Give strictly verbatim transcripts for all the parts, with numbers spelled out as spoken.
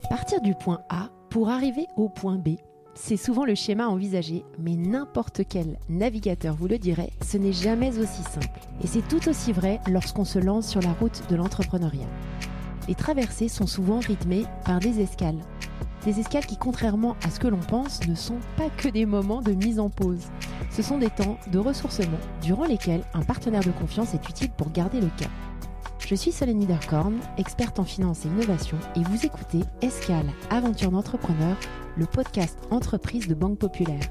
Partir du point A pour arriver au point B, c'est souvent le schéma envisagé, mais n'importe quel navigateur vous le dirait, ce n'est jamais aussi simple. Et c'est tout aussi vrai lorsqu'on se lance sur la route de l'entrepreneuriat. Les traversées sont souvent rythmées par des escales. Des escales qui, contrairement à ce que l'on pense, ne sont pas que des moments de mise en pause. Ce sont des temps de ressourcement durant lesquels un partenaire de confiance est utile pour garder le cap. Je suis Solène Niederkorn, experte en finance et innovation, et vous écoutez Escale, aventure d'entrepreneur, le podcast entreprise de Banque Populaire.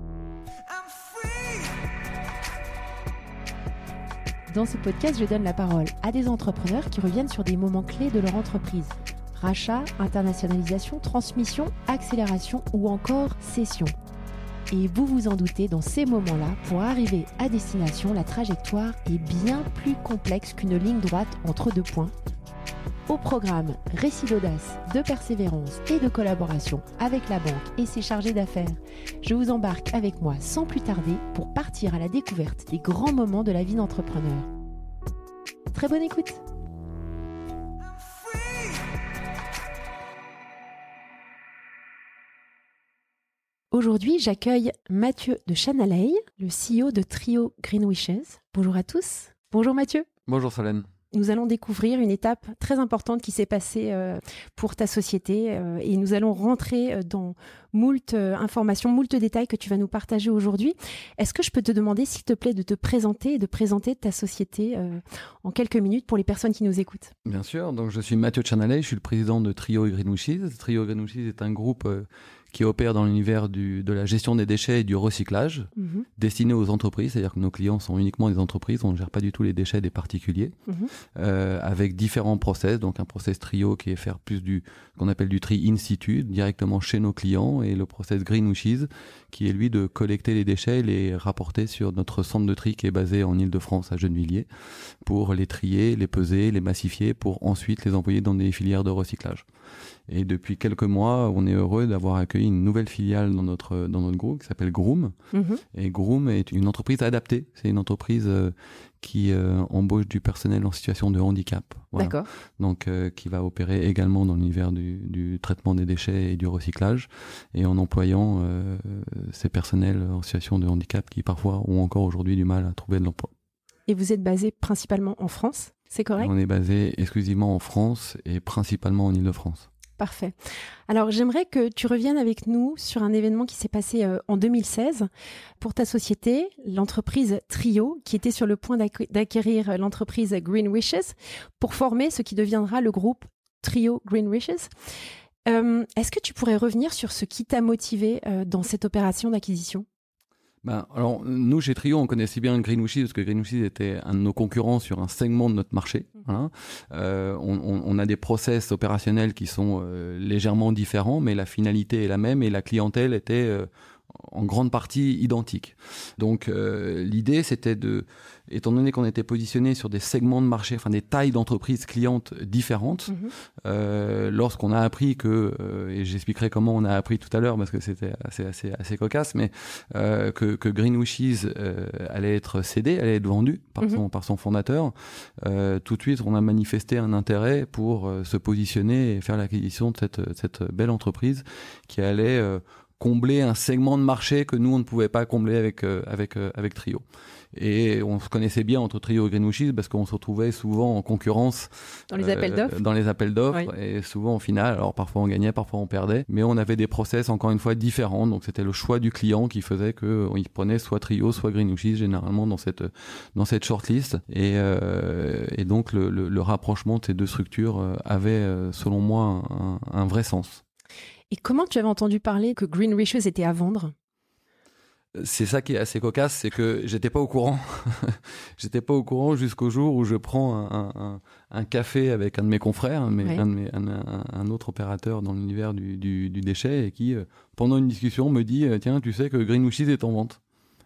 Dans ce podcast, je donne la parole à des entrepreneurs qui reviennent sur des moments clés de leur entreprise. Rachat, internationalisation, transmission, accélération ou encore cession. Et vous vous en doutez, dans ces moments-là, pour arriver à destination, la trajectoire est bien plus complexe qu'une ligne droite entre deux points. Au programme, récit d'audace, de persévérance et de collaboration avec la banque et ses chargés d'affaires. Je vous embarque avec moi sans plus tarder pour partir à la découverte des grands moments de la vie d'entrepreneur. Très bonne écoute! Aujourd'hui, j'accueille Mathieu de Chanaley, le C E O de Trio Green Wishes. Bonjour à tous. Bonjour Mathieu. Bonjour Solène. Nous allons découvrir une étape très importante qui s'est passée euh, pour ta société euh, et nous allons rentrer dans moult euh, informations, moult détails que tu vas nous partager aujourd'hui. Est-ce que je peux te demander, s'il te plaît, de te présenter et de présenter ta société euh, en quelques minutes pour les personnes qui nous écoutent? Bien sûr. Donc, je suis Mathieu de Chanaley, je suis le président de Trio Green Wishes. Trio Green Wishes est un groupe euh, qui opère dans l'univers du, de la gestion des déchets et du recyclage, mmh. destiné aux entreprises, c'est-à-dire que nos clients sont uniquement des entreprises, on ne gère pas du tout les déchets des particuliers, mmh. euh, avec différents process, donc un process Trio qui est faire plus du, qu'on appelle du tri in situ, directement chez nos clients, et le process Green Wishes, qui est lui de collecter les déchets et les rapporter sur notre centre de tri qui est basé en Île-de-France à Gennevilliers, pour les trier, les peser, les massifier, pour ensuite les envoyer dans des filières de recyclage. Et depuis quelques mois, on est heureux d'avoir accueilli une nouvelle filiale dans notre dans notre groupe qui s'appelle Groom. Mmh. Et Groom est une entreprise adaptée. C'est une entreprise euh, qui euh, embauche du personnel en situation de handicap. Voilà. D'accord. Donc euh, qui va opérer également dans l'univers du, du traitement des déchets et du recyclage, et en employant euh, ces personnels en situation de handicap qui parfois ont encore aujourd'hui du mal à trouver de l'emploi. Et vous êtes basé principalement en France, c'est correct? On est basé exclusivement en France et principalement en Île-de-France. Parfait. Alors, j'aimerais que tu reviennes avec nous sur un événement qui s'est passé euh, en deux mille seize pour ta société, l'entreprise Trio, qui était sur le point d'acqu- d'acquérir l'entreprise Green Wishes pour former ce qui deviendra le groupe Trio Green Wishes. Euh, est-ce que tu pourrais revenir sur ce qui t'a motivé euh, dans cette opération d'acquisition ? Ben, alors, nous, chez Trio, on connaissait bien Green Wishes parce que Green Wishes était un de nos concurrents sur un segment de notre marché. Hein. Euh, on, on, on a des process opérationnels qui sont euh, légèrement différents, mais la finalité est la même et la clientèle était euh, en grande partie identique. Donc, euh, l'idée, c'était de, étant donné qu'on était positionné sur des segments de marché, enfin des tailles d'entreprises clientes différentes, mmh. euh, lorsqu'on a appris que, euh, et j'expliquerai comment on a appris tout à l'heure parce que c'était assez assez assez cocasse, mais euh, que, que Green Wishes euh, allait être cédé, allait être vendu par mmh. son par son fondateur, euh, tout de suite on a manifesté un intérêt pour euh, se positionner et faire l'acquisition de cette cette belle entreprise qui allait euh, combler un segment de marché que nous on ne pouvait pas combler avec euh, avec euh, avec Trio. Et on se connaissait bien entre Trio et Green Wishes parce qu'on se retrouvait souvent en concurrence dans les appels d'offres. Euh, dans les appels d'offres oui. Et souvent au final, alors parfois on gagnait, parfois on perdait, mais on avait des process encore une fois différents. Donc c'était le choix du client qui faisait que on y prenait soit Trio, soit Green Wishes généralement dans cette dans cette shortlist. Et euh, et donc le, le le rapprochement de ces deux structures avait selon moi un, un vrai sens. Et comment tu avais entendu parler que Green Wishes était à vendre ? C'est ça qui est assez cocasse, c'est que j'étais pas au courant. j'étais pas au courant jusqu'au jour où je prends un, un, un café avec un de mes confrères, mais ouais. un, de mes, un, un, un autre opérateur dans l'univers du, du, du déchet, et qui, pendant une discussion, me dit « Tiens, tu sais que Green Wishes est en vente ?»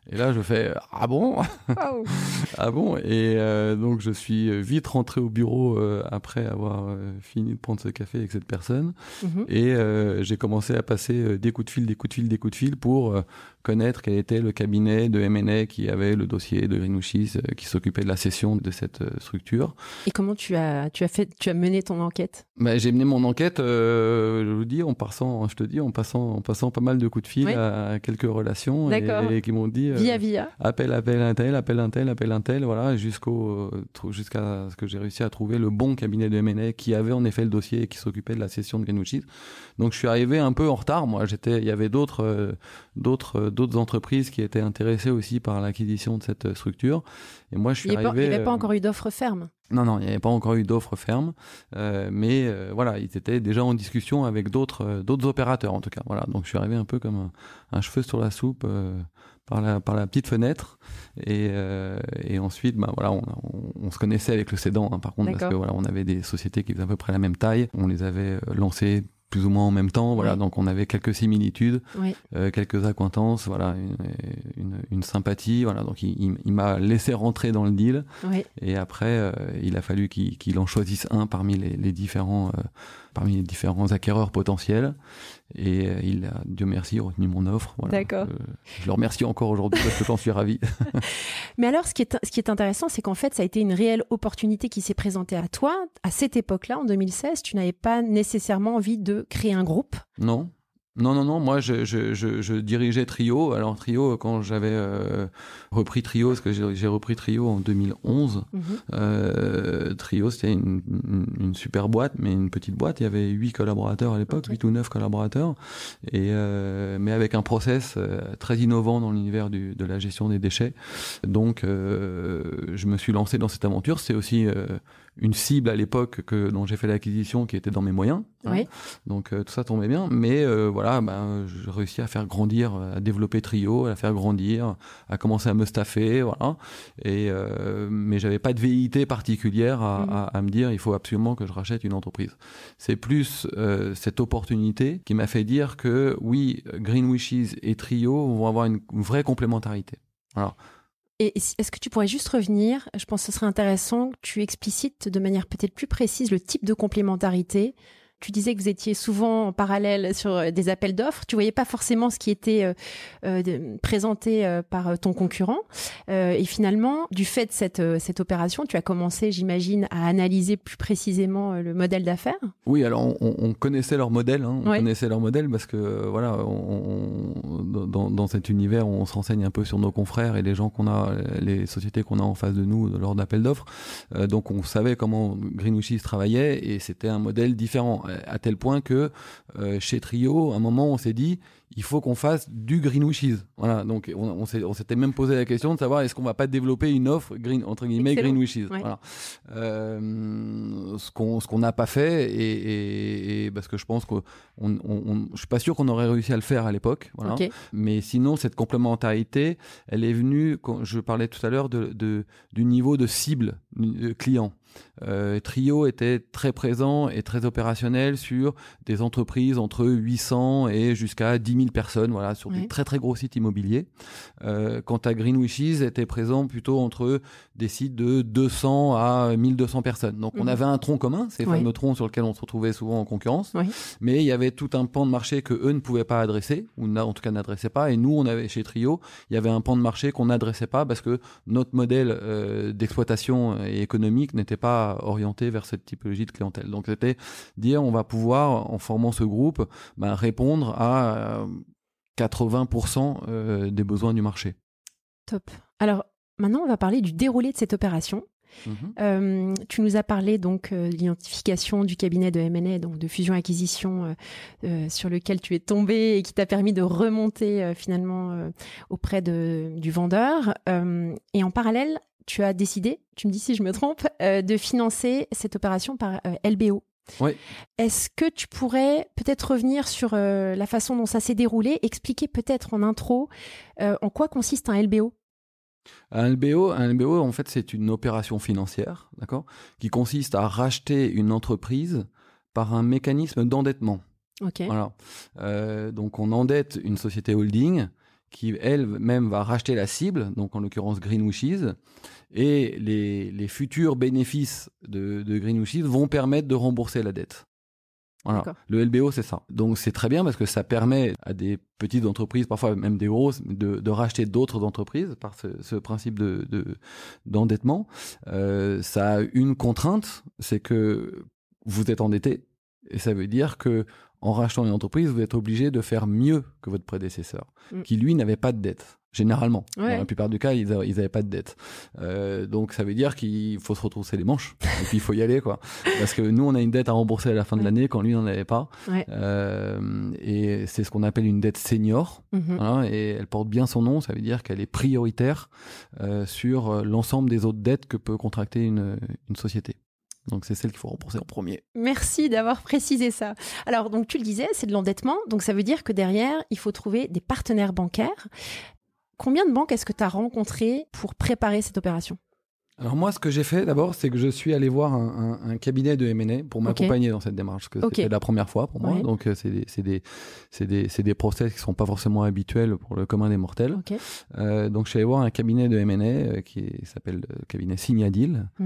Et là, je fais « Ah bon ?» Oh. Ah bon? Et euh, donc, je suis vite rentré au bureau euh, après avoir euh, fini de prendre ce café avec cette personne. Mm-hmm. Et euh, j'ai commencé à passer euh, des coups de fil, des coups de fil, des coups de fil pour euh, connaître quel était le cabinet de M and A qui avait le dossier de Greenwishes, euh, qui s'occupait de la cession de cette euh, structure. Et comment tu as, tu as fait, tu as mené ton enquête? Bah, j'ai mené mon enquête, euh, je vous dis, en passant, je te dis, en passant, en passant pas mal de coups de fil oui. à quelques relations et, et qui m'ont dit euh, via via appelle, appelle un tel, appelle un tel, appelle un tel, voilà, jusqu'au jusqu'à ce que j'ai réussi à trouver le bon cabinet de M and A qui avait en effet le dossier et qui s'occupait de la cession de Greenwishes. Donc je suis arrivé un peu en retard. Moi, j'étais, il y avait d'autres, euh, d'autres, euh, d'autres entreprises qui étaient intéressées aussi par l'acquisition de cette structure. Et moi, je suis il arrivé. Pas, il n'y avait euh, pas encore eu d'offre ferme. Non, non, il n'y avait pas encore eu d'offre ferme, euh, mais euh, voilà, ils étaient déjà en discussion avec d'autres, euh, d'autres opérateurs en tout cas. Voilà, donc je suis arrivé un peu comme un, un cheveu sur la soupe euh, par la par la petite fenêtre, et euh, et ensuite, bah voilà, on, on, on se connaissait avec le cédant, hein, par contre, D'accord. parce que voilà, on avait des sociétés qui faisaient à peu près la même taille, on les avait lancées plus ou moins en même temps, voilà, oui. donc on avait quelques similitudes, oui. euh, quelques accointances, voilà, une, une, une sympathie, voilà, donc il, il, il m'a laissé rentrer dans le deal, oui. et après euh, il a fallu qu'il, qu'il en choisisse un parmi les, les différents, euh, parmi les différents acquéreurs potentiels, et euh, il a, Dieu merci, retenu mon offre. Voilà. D'accord. Euh, je le remercie encore aujourd'hui parce que j'en suis ravi. Mais alors, ce qui est, ce qui est intéressant, c'est qu'en fait, ça a été une réelle opportunité qui s'est présentée à toi. À cette époque-là, en deux mille seize, tu n'avais pas nécessairement envie de créer un groupe. Non. Non, non, non, moi je, je, je, je dirigeais Trio. Alors Trio, quand j'avais euh, repris Trio, parce que j'ai, j'ai repris Trio en deux mille onze, mm-hmm. euh, Trio c'était une, une, une super boîte, mais une petite boîte, il y avait huit collaborateurs à l'époque, huit okay. ou neuf collaborateurs, et, euh, mais avec un process euh, très innovant dans l'univers du, de la gestion des déchets. Donc euh, je me suis lancé dans cette aventure, c'est aussi... Euh, une cible à l'époque que dont j'ai fait l'acquisition qui était dans mes moyens, oui. hein. Donc euh, tout ça tombait bien, mais euh, voilà, ben j'ai réussi à faire grandir, à développer Trio, à la faire grandir, à commencer à me staffer, voilà. Et euh, mais j'avais pas de velléité particulière à, mmh. à, à me dire il faut absolument que je rachète une entreprise. C'est plus euh, cette opportunité qui m'a fait dire que oui, Greenwishes et Trio vont avoir une, une vraie complémentarité. Alors Et est-ce que tu pourrais juste revenir, je pense que ce serait intéressant que tu explicites de manière peut-être plus précise le type de complémentarité. Tu disais que vous étiez souvent en parallèle sur des appels d'offres. Tu voyais pas forcément ce qui était euh, euh, présenté euh, par ton concurrent. Euh, et finalement, du fait de cette, euh, cette opération, tu as commencé, j'imagine, à analyser plus précisément le modèle d'affaires. Oui, alors on, on connaissait leur modèle. Hein, on ouais. connaissait leur modèle parce que voilà, on, on, dans, dans cet univers, on se renseigne un peu sur nos confrères et les gens qu'on a, les sociétés qu'on a en face de nous lors d'appels d'offres. Euh, donc on savait comment Greenwishes travaillait et c'était un modèle différent. À tel point que euh, chez Trio, à un moment, on s'est dit il faut qu'on fasse du Greenwishes. Voilà, donc on, on, s'est, on s'était même posé la question de savoir est-ce qu'on va pas développer une offre green, entre guillemets Greenwishes. Ouais. Voilà. Euh, ce qu'on ce qu'on n'a pas fait et, et, et parce que je pense qu'on on, on, je suis pas sûr qu'on aurait réussi à le faire à l'époque. Voilà. Okay. Mais sinon cette complémentarité, elle est venue. Quand je parlais tout à l'heure de, de du niveau de cible de client. Euh, Trio était très présent et très opérationnel sur des entreprises entre huit cents et jusqu'à dix mille personnes, voilà, sur oui. des très très gros sites immobiliers. Euh, quant à Greenwishes, était présent plutôt entre des sites de deux cents à mille deux cents personnes. Donc mmh. on avait un tronc commun, ces oui. fameux troncs sur lesquels on se retrouvait souvent en concurrence, oui. mais il y avait tout un pan de marché que eux ne pouvaient pas adresser, ou en tout cas n'adressaient pas, et nous on avait chez Trio, il y avait un pan de marché qu'on n'adressait pas parce que notre modèle euh, d'exploitation et économique n'était pas pas orienté vers cette typologie de clientèle. Donc c'était dire on va pouvoir, en formant ce groupe, ben, répondre à euh, quatre-vingts pour cent euh, des besoins du marché. Top. Alors maintenant on va parler du déroulé de cette opération. Mmh. Euh, tu nous as parlé donc euh, de l'identification du cabinet de M and A, donc de fusion-acquisition, euh, euh, sur lequel tu es tombé et qui t'a permis de remonter euh, finalement euh, auprès de, du vendeur. Euh, et en parallèle, tu as décidé, tu me dis si je me trompe, euh, de financer cette opération par euh, L B O. Oui. Est-ce que tu pourrais peut-être revenir sur euh, la façon dont ça s'est déroulé, expliquer peut-être en intro euh, en quoi consiste un L B O ? Un L B O, un L B O, en fait, c'est une opération financière, d'accord, qui consiste à racheter une entreprise par un mécanisme d'endettement. Ok. Voilà. Euh, donc, on endette une société holding qui elle-même va racheter la cible, donc en l'occurrence Greenwishes, et les, les futurs bénéfices de, de Greenwishes vont permettre de rembourser la dette. Voilà. D'accord. Le L B O, c'est ça. Donc c'est très bien parce que ça permet à des petites entreprises, parfois même des grosses, de, de racheter d'autres entreprises par ce, ce principe de, de, d'endettement. Euh, ça a une contrainte, c'est que vous êtes endetté, et ça veut dire que en rachetant une entreprise, vous êtes obligé de faire mieux que votre prédécesseur, mm. qui lui n'avait pas de dette. Généralement, ouais. Dans la plupart du cas, ils n'avaient pas de dette. Euh, donc, ça veut dire qu'il faut se retrousser les manches et puis il faut y aller, quoi. Parce que nous, on a une dette à rembourser à la fin ouais. de l'année quand lui n'en avait pas. Ouais. Euh, et c'est ce qu'on appelle une dette senior. Mm-hmm. Hein, et elle porte bien son nom. Ça veut dire qu'elle est prioritaire euh, sur l'ensemble des autres dettes que peut contracter une, une société. Donc, c'est celle qu'il faut rembourser en premier. Merci d'avoir précisé ça. Alors, donc, tu le disais, c'est de l'endettement. Donc, ça veut dire que derrière, il faut trouver des partenaires bancaires. Combien de banques est-ce que tu as rencontrées pour préparer cette opération ? Alors moi, ce que j'ai fait d'abord, c'est que je suis allé voir un, un, un cabinet de M and A pour m'accompagner okay. dans cette démarche, parce que okay. c'était la première fois pour moi. Ouais. Donc c'est des, c'est des, c'est des, c'est des process qui sont pas forcément habituels pour le commun des mortels. Okay. Euh, donc je suis allé voir un cabinet de M and A euh, qui s'appelle le cabinet Signadil, mm-hmm.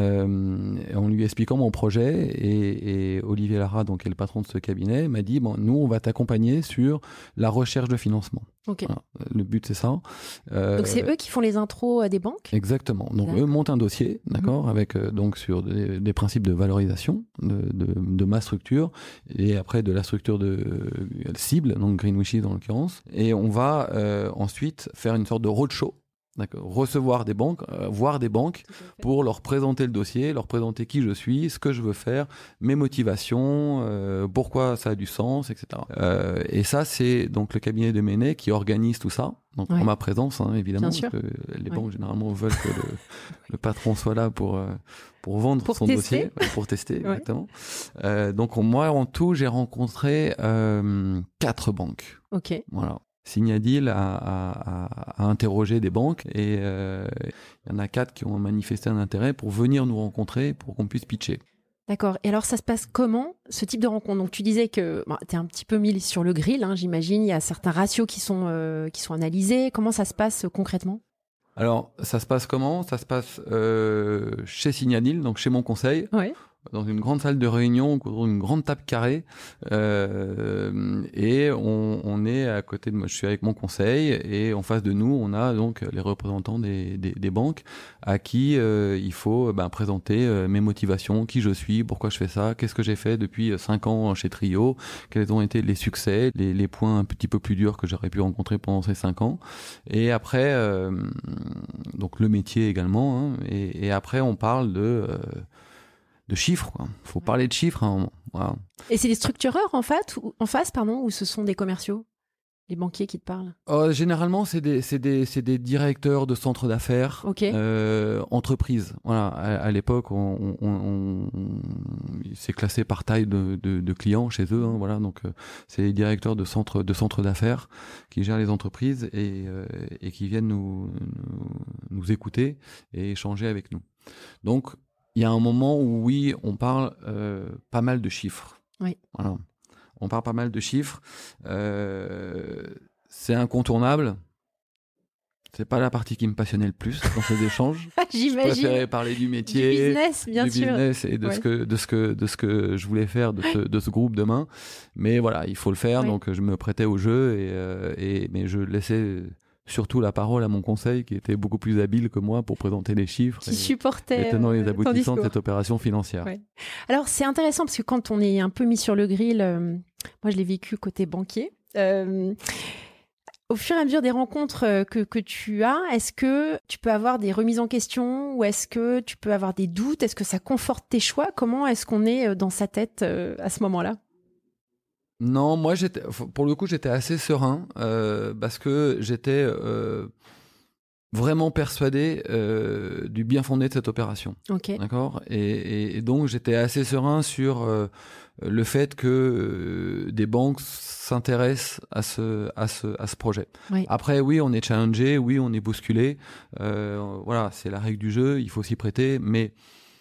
euh, en lui expliquant mon projet, et, et Olivier Lara, donc qui est le patron de ce cabinet, m'a dit bon, nous on va t'accompagner sur la recherche de financement. Okay. Voilà. Le but c'est ça. Euh, donc c'est eux qui font les intros des banques ? Exactement. Donc eux montent un dossier, d'accord, mmh. avec euh, donc sur des, des principes de valorisation de, de, de ma structure et après de la structure de euh, cible, donc Greenwishes en l'occurrence, et on va euh, ensuite faire une sorte de roadshow. D'accord. Recevoir des banques, euh, voir des banques pour leur présenter le dossier, leur présenter qui je suis, ce que je veux faire, mes motivations, euh, pourquoi ça a du sens, et cetera. Euh, et ça, c'est donc le cabinet de M and A qui organise tout ça, donc ouais. en ma présence, hein, évidemment, parce que les ouais. banques généralement veulent que le, le patron soit là pour euh, pour vendre pour son tester. dossier, pour tester, ouais. exactement. Euh, donc moi, en tout, j'ai rencontré euh, quatre banques. Ok. Voilà. Signadil a, a, a, a interrogé des banques et euh, il y en a quatre qui ont manifesté un intérêt pour venir nous rencontrer pour qu'on puisse pitcher. D'accord. Et alors, ça se passe comment, ce type de rencontre ? Donc, tu disais que bon, tu es un petit peu mis sur le grill, hein, j'imagine. Il y a certains ratios qui sont, euh, qui sont analysés. Comment ça se passe euh, concrètement ? Alors, ça se passe comment ? Ça se passe euh, chez Signadil, donc chez mon conseil. Ouais. Dans une grande salle de réunion, autour d'une grande table carrée, euh, et on, on est à côté de moi. Je suis avec mon conseil, et en face de nous, on a donc les représentants des, des, des banques à qui euh, il faut ben, présenter euh, mes motivations, qui je suis, pourquoi je fais ça, qu'est-ce que j'ai fait depuis cinq ans chez Trio, quels ont été les succès, les, les points un petit peu plus durs que j'aurais pu rencontrer pendant ces cinq ans, et après, euh, donc le métier également, hein, et, et après on parle de euh, de chiffres, quoi. Faut parler de chiffres à un moment. Voilà. Et c'est des structureurs en fait, ou, en face, pardon, ou ce sont des commerciaux, les banquiers qui te parlent ? euh, Généralement, c'est des, c'est des, c'est des directeurs de centres d'affaires, okay. euh, entreprises. Voilà. À, à l'époque, on, on, on, on c'est classé par taille de, de, de clients chez eux. Hein, voilà. Donc, euh, c'est les directeurs de centres, de centres d'affaires qui gèrent les entreprises et, euh, et qui viennent nous, nous, nous écouter et échanger avec nous. Donc, il y a un moment où, oui, on parle euh, pas mal de chiffres. Oui. Voilà. On parle pas mal de chiffres. Euh, c'est incontournable. C'est pas la partie qui me passionnait le plus dans ces échanges. J'imagine. Je préférais parler du métier, du business, bien du sûr. business et de ouais. ce que de ce que de ce que je voulais faire de ce, de ce groupe demain. Mais voilà, il faut le faire. Ouais. Donc je me prêtais au jeu et, euh, et mais je laissais surtout la parole à mon conseil qui était beaucoup plus habile que moi pour présenter les chiffres qui et, supportait et tenant les aboutissants de cette opération financière. Ouais. Alors c'est intéressant parce que quand on est un peu mis sur le grill, euh, moi je l'ai vécu côté banquier, euh, au fur et à mesure des rencontres que, que tu as, est-ce que tu peux avoir des remises en question ou est-ce que tu peux avoir des doutes ? Est-ce que ça conforte tes choix ? Comment est-ce qu'on est dans sa tête euh, à ce moment-là ? Non, moi, j'étais, pour le coup, j'étais assez serein euh, parce que j'étais euh, vraiment persuadé euh, du bien fondé de cette opération. Okay. D'accord ? et, et, et donc, j'étais assez serein sur euh, le fait que euh, des banques s'intéressent à ce, à ce, à ce projet. Oui. Après, oui, on est challengé, oui, on est bousculé. Euh, voilà, c'est la règle du jeu, il faut s'y prêter, mais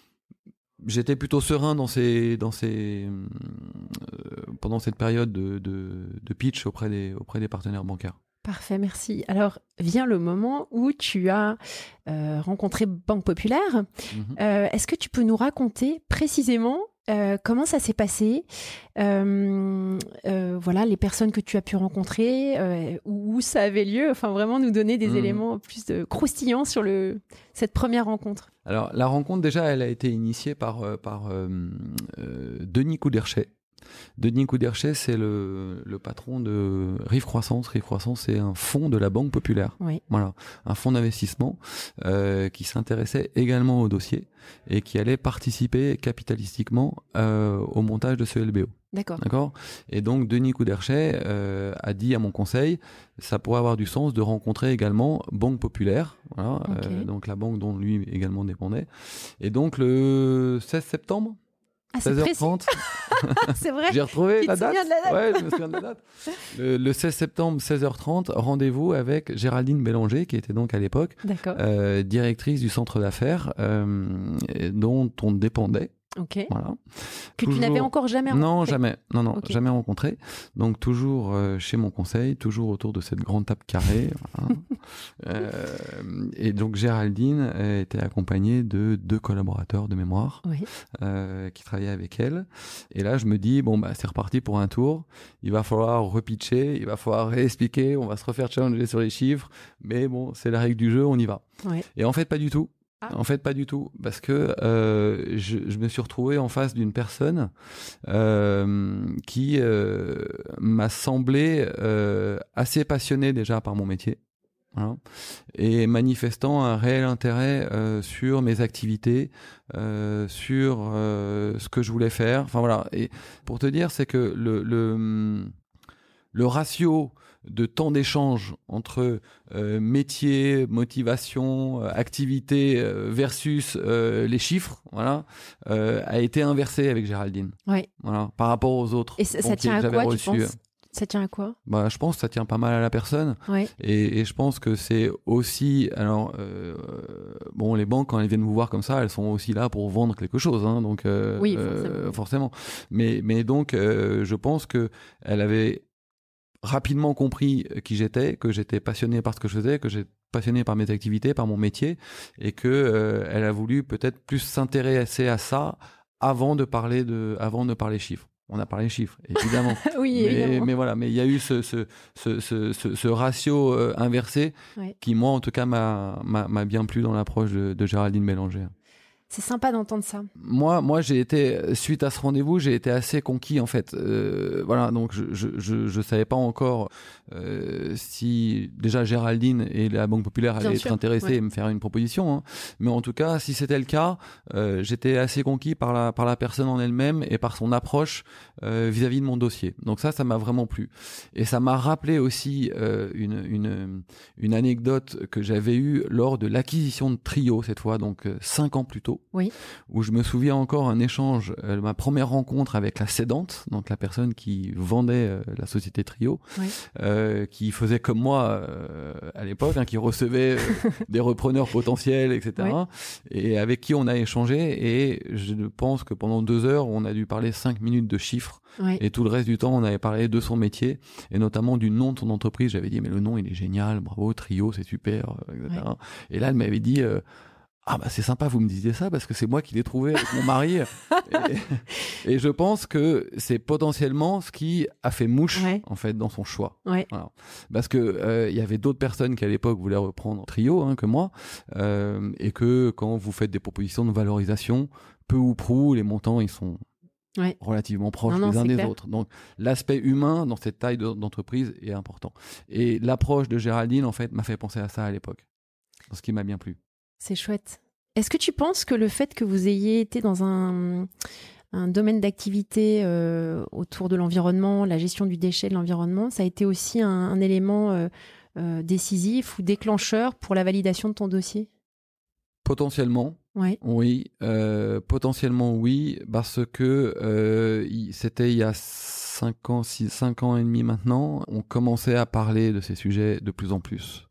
j'étais plutôt serein dans ces, dans ces, euh, pendant cette période de, de, de pitch auprès des, auprès des partenaires bancaires. Parfait, merci. Alors, vient le moment où tu as euh, rencontré Banque Populaire. Mmh. Euh, est-ce que tu peux nous raconter précisément euh, comment ça s'est passé, euh, euh, voilà, les personnes que tu as pu rencontrer, euh, où, où ça avait lieu, enfin vraiment nous donner des mmh. éléments plus de croustillants sur le, cette première rencontre. Alors, la rencontre, déjà, elle a été initiée par, euh, par euh, euh, Denis Couderchet. Denis Couderchet, c'est le, le patron de Rive Croissance. Rive Croissance, c'est un fonds de la Banque Populaire. Oui. Voilà, un fonds d'investissement euh, qui s'intéressait également au dossier et qui allait participer capitalistiquement euh, au montage de ce L B O. D'accord. D'accord. Et donc, Denis Couderchet euh, a dit à mon conseil, ça pourrait avoir du sens de rencontrer également Banque Populaire, voilà, okay. euh, donc la banque dont lui également dépendait. Et donc, le seize septembre, ah, seize heures trente. C'est vrai. J'ai retrouvé la date. de la date. Ouais, je me souviens de la date. Le, le seize septembre, seize heures trente, rendez-vous avec Géraldine Bélanger, qui était donc à l'époque euh, directrice du centre d'affaires euh, dont on dépendait. Ok. Voilà. Que toujours... tu n'avais encore jamais rencontré. Non, jamais. Non, non, okay. jamais rencontré. Donc toujours euh, chez mon conseil, toujours autour de cette grande table carrée. Voilà. euh, et donc Géraldine était accompagnée de deux collaborateurs de mémoire oui. euh, qui travaillaient avec elle. Et là, je me dis bon bah c'est reparti pour un tour. Il va falloir repitcher, il va falloir réexpliquer, on va se refaire challenger sur les chiffres. Mais bon, c'est la règle du jeu, on y va. Oui. Et en fait, pas du tout. Ah. En fait, pas du tout, parce que euh, je, je me suis retrouvé en face d'une personne euh, qui euh, m'a semblé euh, assez passionnée déjà par mon métier, voilà, et manifestant un réel intérêt euh, sur mes activités, euh, sur euh, ce que je voulais faire. Enfin voilà. Et pour te dire, c'est que le le, le ratio de temps d'échange entre euh, métier, motivation, euh, activité euh, versus euh, les chiffres, voilà, euh, a été inversé avec Géraldine. Oui. Voilà, par rapport aux autres. Et ça, ça tient à quoi, reçus. Tu penses Ça tient à quoi? Bah, je pense que ça tient pas mal à la personne. Oui. Et, et je pense que c'est aussi, alors, euh, bon, les banques, quand elles viennent vous voir comme ça, elles sont aussi là pour vendre quelque chose, hein, donc euh, oui, forcément. Euh, forcément. Mais, mais donc, euh, je pense que elle avait rapidement compris qui j'étais, que j'étais passionné par ce que je faisais, que j'étais passionné par mes activités, par mon métier, et que euh, elle a voulu peut-être plus s'intéresser à ça avant de parler de, avant de parler chiffres. On a parlé chiffres, évidemment. oui, mais, évidemment. Mais voilà, mais il y a eu ce, ce, ce, ce, ce, ce ratio euh, inversé ouais. qui, moi, en tout cas, m'a, m'a, m'a bien plu dans l'approche de, de Géraldine Bélanger. C'est sympa d'entendre ça. Moi, moi, j'ai été, suite à ce rendez-vous, j'ai été assez conquis, en fait. Euh, voilà, donc je, je, je, je savais pas encore euh, si, déjà, Géraldine et la Banque Populaire allaient être intéressées ouais. et me faire une proposition. Hein. Mais en tout cas, si c'était le cas, euh, j'étais assez conquis par la, par la personne en elle-même et par son approche euh, vis-à-vis de mon dossier. Donc ça, ça m'a vraiment plu. Et ça m'a rappelé aussi euh, une, une, une anecdote que j'avais eue lors de l'acquisition de Trio, cette fois, donc euh, cinq ans plus tôt. Oui. Où je me souviens encore un échange, euh, ma première rencontre avec la cédante, donc la personne qui vendait euh, la société Trio, oui. euh, qui faisait comme moi euh, à l'époque, hein, qui recevait euh, des repreneurs potentiels, et cetera. Oui. Et avec qui on a échangé. Et je pense que pendant deux heures, on a dû parler cinq minutes de chiffres. Oui. Et tout le reste du temps, on avait parlé de son métier et notamment du nom de ton entreprise. J'avais dit, mais le nom, il est génial, bravo, Trio, c'est super, et cetera. Oui. Et là, elle m'avait dit... Euh, ah bah c'est sympa, vous me disiez ça parce que c'est moi qui l'ai trouvé avec mon mari. et, et je pense que c'est potentiellement ce qui a fait mouche ouais. en fait dans son choix. Ouais. Voilà. Parce que il euh, y avait d'autres personnes qui à l'époque voulaient reprendre Trio hein, que moi euh, et que quand vous faites des propositions de valorisation, peu ou prou, les montants ils sont ouais. relativement proches non, non, les uns des clair. autres. Donc l'aspect humain dans cette taille d'entreprise est important. Et l'approche de Géraldine en fait m'a fait penser à ça à l'époque. Ce qui m'a bien plu. C'est chouette. Est-ce que tu penses que le fait que vous ayez été dans un, un domaine d'activité euh, autour de l'environnement, la gestion du déchet de l'environnement, ça a été aussi un, un élément euh, euh, décisif ou déclencheur pour la validation de ton dossier ? Potentiellement. Ouais. Oui. Euh, potentiellement oui, parce que euh, c'était il y a cinq ans, six, cinq ans et demi maintenant, on commençait à parler de ces sujets de plus en plus.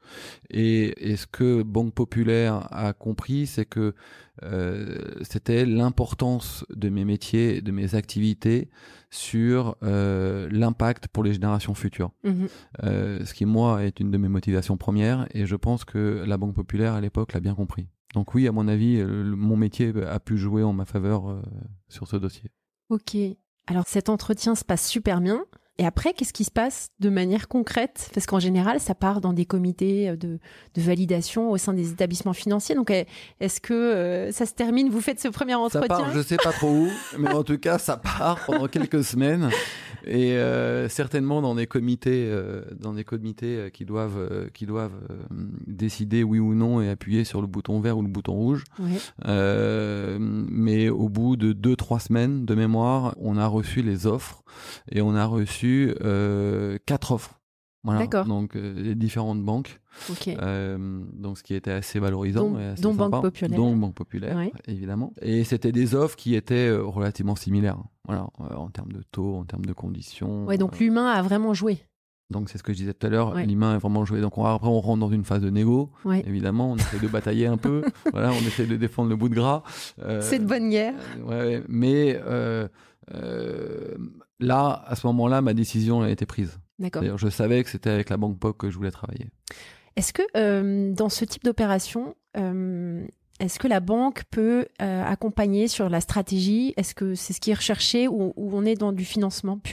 Et, et ce que Banque Populaire a compris, c'est que euh, c'était l'importance de mes métiers, de mes activités sur euh, l'impact pour les générations futures. Mmh. Euh, ce qui, moi, est une de mes motivations premières, et je pense que la Banque Populaire, à l'époque, l'a bien compris. Donc oui, à mon avis, le, mon métier a pu jouer en ma faveur euh, sur ce dossier. Ok. Alors cet entretien se passe super bien. Et après, qu'est-ce qui se passe de manière concrète ? Parce qu'en général, ça part dans des comités de, de validation au sein des établissements financiers. Donc, est-ce que euh, ça se termine ? Vous faites ce premier entretien ? Ça part, je ne sais pas trop où, mais en tout cas, ça part pendant quelques semaines. Et euh, certainement dans des comités, euh, dans des comités qui doivent, euh, qui doivent euh, décider oui ou non et appuyer sur le bouton vert ou le bouton rouge. Oui. Euh, mais au bout de deux, trois semaines de mémoire, on a reçu les offres et on a reçu euh, quatre offres. Voilà. D'accord. Donc euh, les différentes banques. Okay. Euh, donc ce qui était assez valorisant. Dont, et assez dont Banque Populaire. Dont Banque Populaire, ouais. Évidemment. Et c'était des offres qui étaient relativement similaires. Voilà, euh, en termes de taux, en termes de conditions. Ouais, donc euh... l'humain a vraiment joué. Donc c'est ce que je disais tout à l'heure, ouais. L'humain a vraiment joué. Donc on, après on rentre dans une phase de négo. Ouais. Évidemment, on essaie de batailler un peu. Voilà, on essaie de défendre le bout de gras. Euh, c'est de bonne guerre. Euh, ouais, mais euh, euh, là, à ce moment-là, ma décision a été prise. D'accord. D'ailleurs, je savais que c'était avec la Banque Pop que je voulais travailler. Est-ce que euh, dans ce type d'opération, euh, est-ce que la banque peut euh, accompagner sur la stratégie ? Est-ce que c'est ce qui est recherché ou, ou on est dans du financement pur ?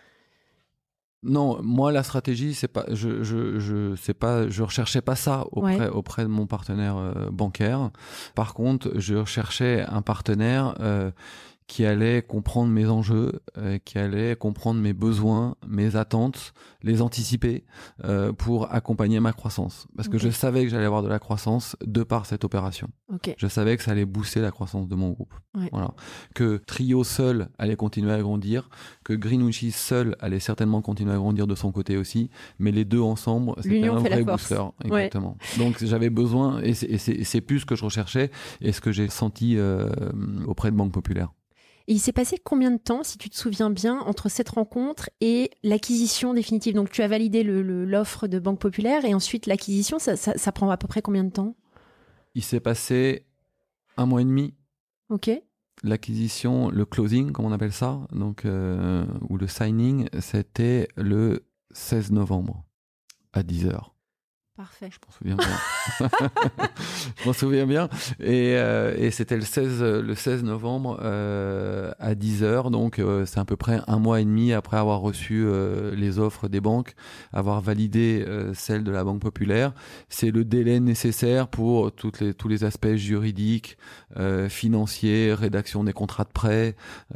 Non, moi la stratégie, c'est pas, je, je, je, c'est pas, je recherchais pas ça auprès, ouais. auprès de mon partenaire euh, bancaire. Par contre, je recherchais un partenaire euh, qui allait comprendre mes enjeux, euh, qui allait comprendre mes besoins, mes attentes, les anticiper euh, pour accompagner ma croissance. Parce okay. que je savais que j'allais avoir de la croissance de par cette opération. Okay. Je savais que ça allait booster la croissance de mon groupe. Ouais. Voilà. Que Trio seul allait continuer à grandir, que Greenwich seul allait certainement continuer à grandir de son côté aussi, mais les deux ensemble, c'était L'union un fait vrai la booster. Force. Exactement. Ouais. Donc j'avais besoin, et c'est, et c'est, et c'est plus ce que je recherchais, et ce que j'ai senti euh, auprès de Banque Populaire. Et il s'est passé combien de temps, si tu te souviens bien, entre cette rencontre et l'acquisition définitive ? Donc, tu as validé le, le, l'offre de Banque Populaire et ensuite l'acquisition, ça, ça, ça prend à peu près combien de temps ? Il s'est passé un mois et demi. Ok. L'acquisition, le closing, comme on appelle ça, donc, euh, ou le signing, c'était le seize novembre à dix heures. Parfait. Je m'en souviens bien. Je m'en souviens bien. Et, euh, et c'était le seize, le seize novembre euh, à dix heures. Donc, euh, c'est à peu près un mois et demi après avoir reçu euh, les offres des banques, avoir validé euh, celle de la Banque Populaire. C'est le délai nécessaire pour toutes les, tous les aspects juridiques, euh, financiers, rédaction des contrats de prêt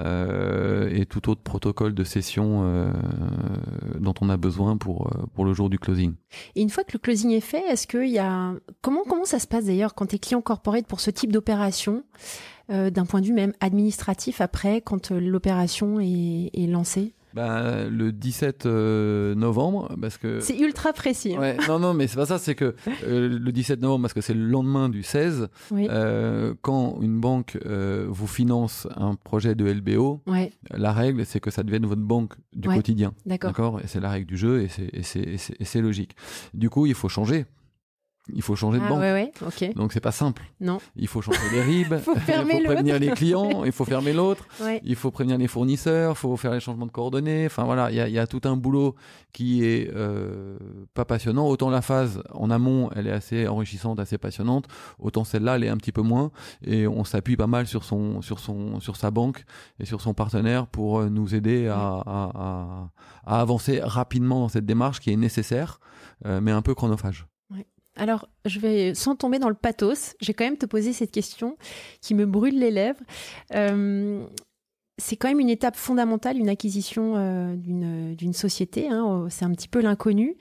euh, et tout autre protocole de cession euh, dont on a besoin pour, pour le jour du closing. Et une fois que le closing est fait, est-ce qu'il y a comment comment ça se passe d'ailleurs quand tu es client corporate pour ce type d'opération euh, d'un point de vue même administratif après quand euh, l'opération est, est lancée? Ben, le dix-sept novembre, parce que... C'est ultra précis. Hein. Ouais, non, non, mais c'est pas ça, c'est que euh, le dix-sept novembre, parce que c'est le lendemain du seize, oui. euh, quand une banque euh, vous finance un projet de L B O, ouais. la règle, c'est que ça devienne votre banque du ouais. quotidien. D'accord. D'accord. Et c'est la règle du jeu, et c'est, et, c'est, et, c'est, et c'est logique. Du coup, il faut changer. Il faut changer de ah, banque. Ouais, ouais, okay. Donc, c'est pas simple. Non. Il faut changer les R I B. Il faut, il faut prévenir les clients. ouais. Il faut fermer l'autre. Ouais. Il faut prévenir les fournisseurs. Il faut faire les changements de coordonnées. Enfin, voilà. Il y a, il y a tout un boulot qui est euh, pas passionnant. Autant la phase en amont, elle est assez enrichissante, assez passionnante. Autant celle-là, elle est un petit peu moins. Et on s'appuie pas mal sur son, sur son, sur sa banque et sur son partenaire pour nous aider à, à, à, à avancer rapidement dans cette démarche qui est nécessaire, euh, mais un peu chronophage. Ouais. Alors, je vais, sans tomber dans le pathos, je vais quand même te poser cette question qui me brûle les lèvres. Euh, c'est quand même une étape fondamentale, une acquisition euh, d'une, d'une société. Hein, c'est un petit peu l'inconnu.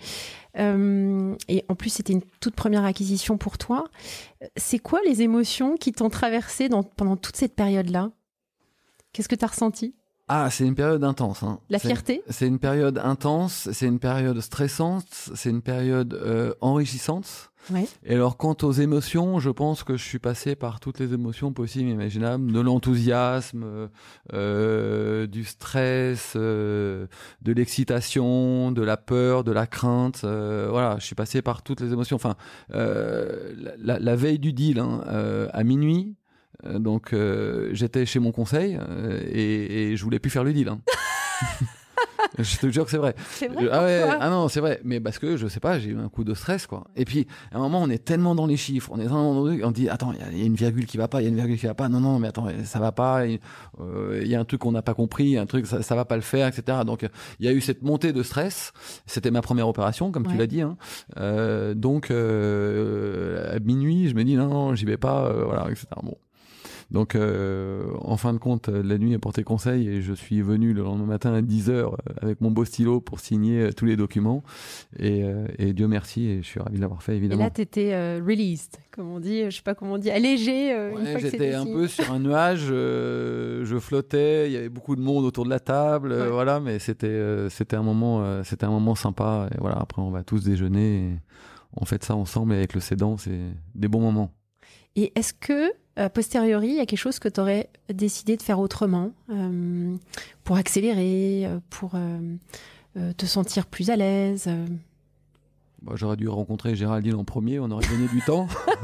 Euh, et en plus, c'était une toute première acquisition pour toi. C'est quoi les émotions qui t'ont traversé dans, pendant toute cette période-là ? Qu'est-ce que tu as ressenti ? Ah, c'est une période intense. Hein. La fierté ? c'est, c'est une période intense, c'est une période stressante, c'est une période euh, enrichissante. Ouais. Et alors, quant aux émotions, je pense que je suis passé par toutes les émotions possibles et imaginables, de l'enthousiasme, euh, du stress, euh, de l'excitation, de la peur, de la crainte. Euh, voilà, je suis passé par toutes les émotions. Enfin, euh, la, la veille du deal, hein, euh, à minuit, euh, donc euh, j'étais chez mon conseil euh, et, et je voulais plus faire le deal. Hein. Je te jure que c'est vrai. C'est vrai. Ah ouais, ah non, c'est vrai. Mais parce que je sais pas, j'ai eu un coup de stress, quoi. Et puis, à un moment, on est tellement dans les chiffres, on est tellement dans le... on dit, attends, il y, y a une virgule qui va pas, il y a une virgule qui va pas. Non, non, mais attends, ça va pas. Il euh, y a un truc qu'on n'a pas compris, un truc, ça, ça va pas le faire, et cetera. Donc, il y a eu cette montée de stress. C'était ma première opération, comme ouais. tu l'as dit. Hein. Euh, donc, euh, à minuit, je me dis, non, non, j'y vais pas, euh, voilà, et cetera. Bon. Donc, euh, en fin de compte, la nuit a porté conseil et je suis venu le lendemain matin à dix heures avec mon beau stylo pour signer euh, tous les documents. Et, euh, et Dieu merci, et je suis ravi de l'avoir fait, évidemment. Et là, tu étais euh, released, comme on dit, je sais pas comment on dit, allégé. Euh, ouais, une fois que j'étais c'était un signé. peu sur un nuage, euh, je flottais, il y avait beaucoup de monde autour de la table, euh, ouais. voilà, mais c'était, euh, c'était, un moment, euh, c'était un moment sympa. Et voilà, après, on va tous déjeuner et on fait ça ensemble avec le cédant, c'est des bons moments. Et est-ce que, a posteriori, il y a quelque chose que tu aurais décidé de faire autrement euh, pour accélérer, pour euh, euh, te sentir plus à l'aise euh... Bon, j'aurais dû rencontrer Géraldine en premier, on aurait gagné du temps.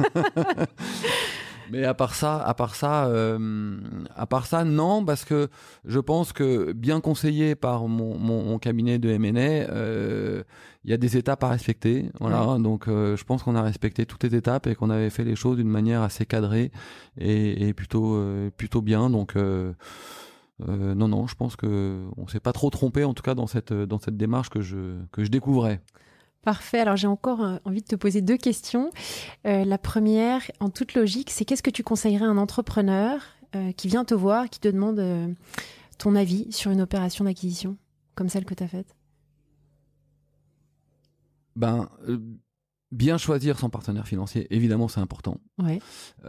Mais à part ça, à part ça, euh, à part ça, non, parce que je pense que bien conseillé par mon, mon, mon cabinet de M and A, euh, il y a des étapes à respecter. Voilà, ouais. Donc euh, je pense qu'on a respecté toutes les étapes et qu'on avait fait les choses d'une manière assez cadrée et, et plutôt, euh, plutôt bien. Donc euh, euh, non, non, je pense que on s'est pas trop trompé, en tout cas dans cette, dans cette démarche que je, que je découvrais. Parfait. Alors, j'ai encore euh, envie de te poser deux questions. Euh, la première, en toute logique, c'est qu'est-ce que tu conseillerais à un entrepreneur euh, qui vient te voir, qui te demande euh, ton avis sur une opération d'acquisition comme celle que tu as faite ? Ben, euh, bien choisir son partenaire financier, évidemment, c'est important. Ouais.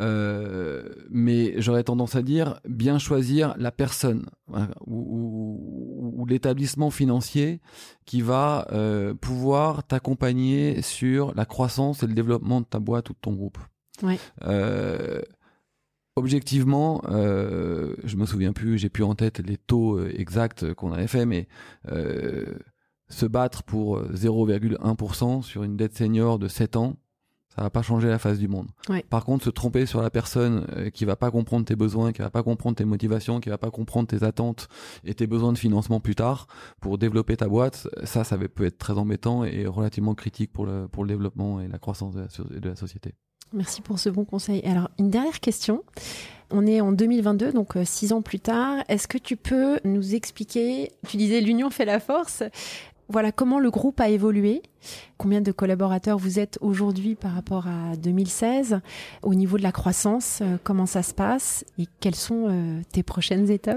Euh, mais j'aurais tendance à dire bien choisir la personne hein, ou, ou, ou l'établissement financier qui va euh, pouvoir t'accompagner sur la croissance et le développement de ta boîte ou de ton groupe. Ouais. Euh, objectivement, euh, je me souviens plus, j'ai plus en tête les taux exacts qu'on avait fait, mais euh, se battre pour zéro virgule un pour cent sur une dette senior de sept ans, ça va pas changer la face du monde. Ouais. Par contre, se tromper sur la personne euh, qui va pas comprendre tes besoins, qui va pas comprendre tes motivations, qui va pas comprendre tes attentes et tes besoins de financement plus tard pour développer ta boîte, ça, ça peut être très embêtant et relativement critique pour le, pour le développement et la croissance de la, de la société. Merci pour ce bon conseil. Alors, une dernière question. On est en deux mille vingt-deux, donc euh, six ans plus tard. Est-ce que tu peux nous expliquer, tu disais l'union fait la force, voilà, comment le groupe a évolué, combien de collaborateurs vous êtes aujourd'hui par rapport à deux mille seize, au niveau de la croissance, euh, comment ça se passe et quelles sont euh, tes prochaines étapes ?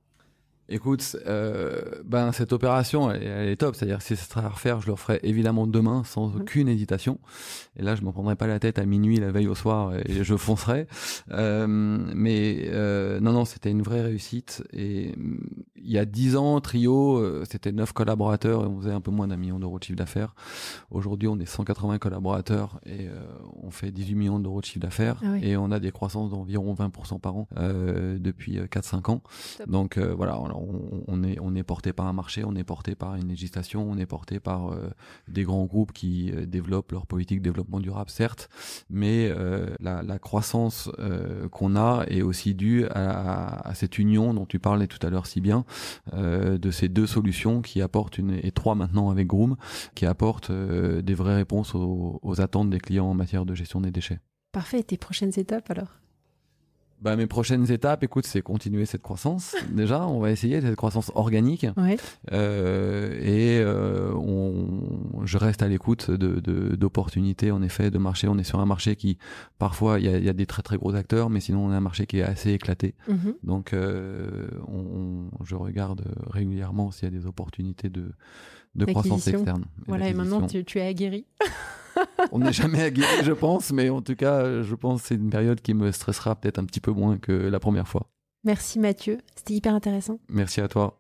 Écoute, euh, ben cette opération, elle, elle est top. C'est-à-dire que si ça serait à refaire, je le referais évidemment demain, sans mmh. aucune hésitation. Et là, je m'en prendrais pas la tête à minuit, la veille au soir, et je foncerais. Euh, mais euh, non, non, c'était une vraie réussite. Et il y a dix ans, Trio, euh, c'était neuf collaborateurs et on faisait un peu moins d'un million d'euros de chiffre d'affaires. Aujourd'hui, on est cent quatre-vingts collaborateurs et euh, on fait dix-huit millions d'euros de chiffre d'affaires. Ah oui. Et on a des croissances d'environ vingt pour cent par an euh, depuis quatre cinq ans. Top. Donc euh, voilà, on, on est on est porté par un marché, on est porté par une législation, on est porté par euh, des grands groupes qui euh, développent leur politique de développement durable, certes, mais euh, la, la croissance euh, qu'on a est aussi due à, à cette union dont tu parlais tout à l'heure si bien, euh, de ces deux solutions qui apportent une et trois maintenant avec Groom, qui apportent euh, des vraies réponses aux, aux attentes des clients en matière de gestion des déchets. Parfait. Et tes prochaines étapes alors ? Bah, mes prochaines étapes, écoute, c'est continuer cette croissance. Déjà, on va essayer cette croissance organique. Ouais. Euh, et euh, on, je reste à l'écoute de, de, d'opportunités, en effet, de marché. On est sur un marché qui, parfois, il y a, y a des très très gros acteurs, mais sinon, on a un marché qui est assez éclaté. Mm-hmm. Donc, euh, on, on, je regarde régulièrement s'il y a des opportunités de, de croissance externe. Et voilà, et maintenant, tu, tu es aguerri. On n'est jamais aguerri, je pense, mais en tout cas, je pense que c'est une période qui me stressera peut-être un petit peu moins que la première fois. Merci Mathieu, c'était hyper intéressant. Merci à toi.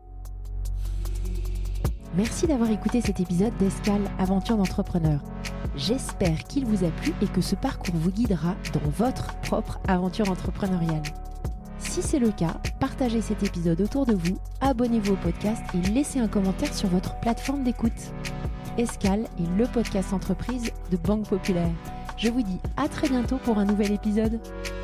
Merci d'avoir écouté cet épisode d'Escale Aventure d'entrepreneur. J'espère qu'il vous a plu et que ce parcours vous guidera dans votre propre aventure entrepreneuriale. Si c'est le cas, partagez cet épisode autour de vous, abonnez-vous au podcast et laissez un commentaire sur votre plateforme d'écoute. Escale est le podcast entreprise de Banque Populaire. Je vous dis à très bientôt pour un nouvel épisode.